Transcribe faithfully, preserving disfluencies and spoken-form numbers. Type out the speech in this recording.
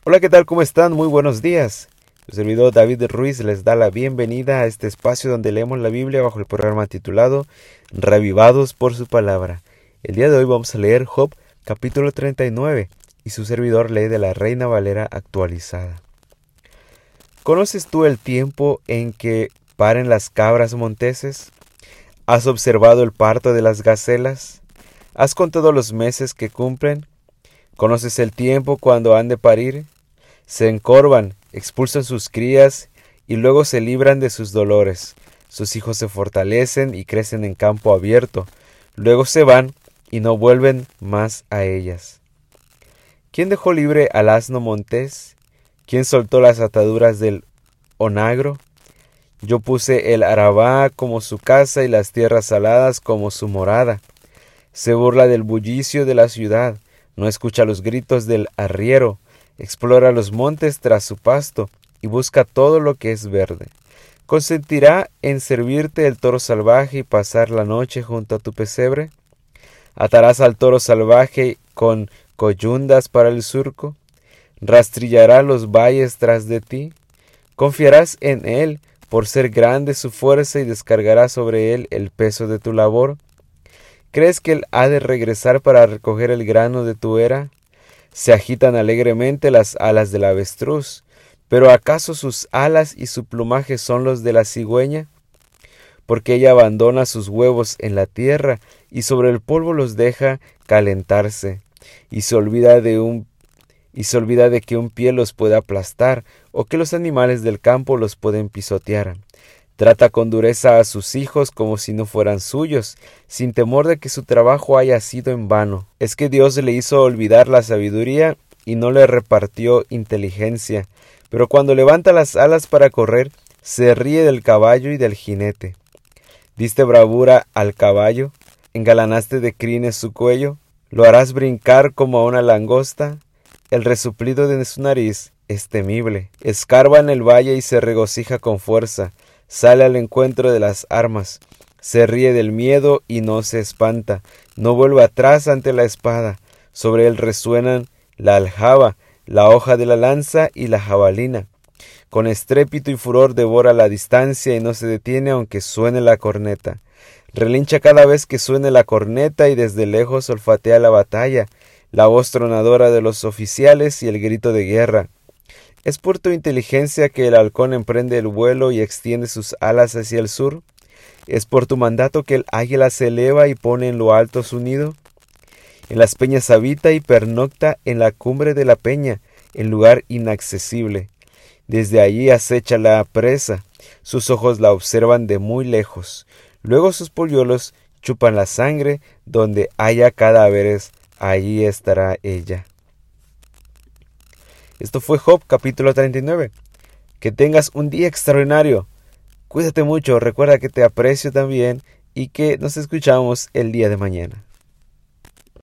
Hola, ¿qué tal? ¿Cómo están? Muy buenos días. Su servidor David Ruiz les da la bienvenida a este espacio donde leemos la Biblia bajo el programa titulado Reavivados por su palabra. El día de hoy vamos a leer Job capítulo treinta y nueve y su servidor lee de la Reina Valera actualizada. ¿Conoces tú el tiempo en que paren las cabras monteses? ¿Has observado el parto de las gacelas? ¿Has contado los meses que cumplen? ¿Conoces el tiempo cuando han de parir? Se encorvan, expulsan sus crías y luego se libran de sus dolores. Sus hijos se fortalecen y crecen en campo abierto. Luego se van y no vuelven más a ellas. ¿Quién dejó libre al asno montés? ¿Quién soltó las ataduras del onagro? Yo puse el Arabá como su casa y las tierras saladas como su morada. Se burla del bullicio de la ciudad, no escucha los gritos del arriero. Explora los montes tras su pasto y busca todo lo que es verde. ¿Consentirá en servirte el toro salvaje y pasar la noche junto a tu pesebre? ¿Atarás al toro salvaje con coyundas para el surco? ¿Rastrillará los valles tras de ti? ¿Confiarás en él por ser grande su fuerza y descargará sobre él el peso de tu labor? ¿Crees que él ha de regresar para recoger el grano de tu era? Se agitan alegremente las alas del avestruz, pero ¿acaso sus alas y su plumaje son los de la cigüeña? Porque ella abandona sus huevos en la tierra y sobre el polvo los deja calentarse, y se olvida de un y se olvida de que un pie los puede aplastar o que los animales del campo los pueden pisotear. Trata con dureza a sus hijos como si no fueran suyos, sin temor de que su trabajo haya sido en vano. Es que Dios le hizo olvidar la sabiduría y no le repartió inteligencia, pero cuando levanta las alas para correr, se ríe del caballo y del jinete. ¿Diste bravura al caballo? ¿Engalanaste de crines su cuello? ¿Lo harás brincar como a una langosta? El resoplido de su nariz es temible. Escarba en el valle y se regocija con fuerza. Sale al encuentro de las armas, se ríe del miedo y no se espanta, no vuelve atrás ante la espada, sobre él resuenan la aljaba, la hoja de la lanza y la jabalina. Con estrépito y furor devora la distancia y no se detiene aunque suene la corneta. Relincha cada vez que suene la corneta y desde lejos olfatea la batalla, la voz tronadora de los oficiales y el grito de guerra. ¿Es por tu inteligencia que el halcón emprende el vuelo y extiende sus alas hacia el sur? ¿Es por tu mandato que el águila se eleva y pone en lo alto su nido? En las peñas habita y pernocta en la cumbre de la peña, en lugar inaccesible. Desde allí acecha la presa, sus ojos la observan de muy lejos. Luego sus polluelos chupan la sangre, donde haya cadáveres, allí estará ella. Esto fue Job capítulo treinta y nueve. Que tengas un día extraordinario. Cuídate mucho, recuerda que te aprecio también y que nos escuchamos el día de mañana.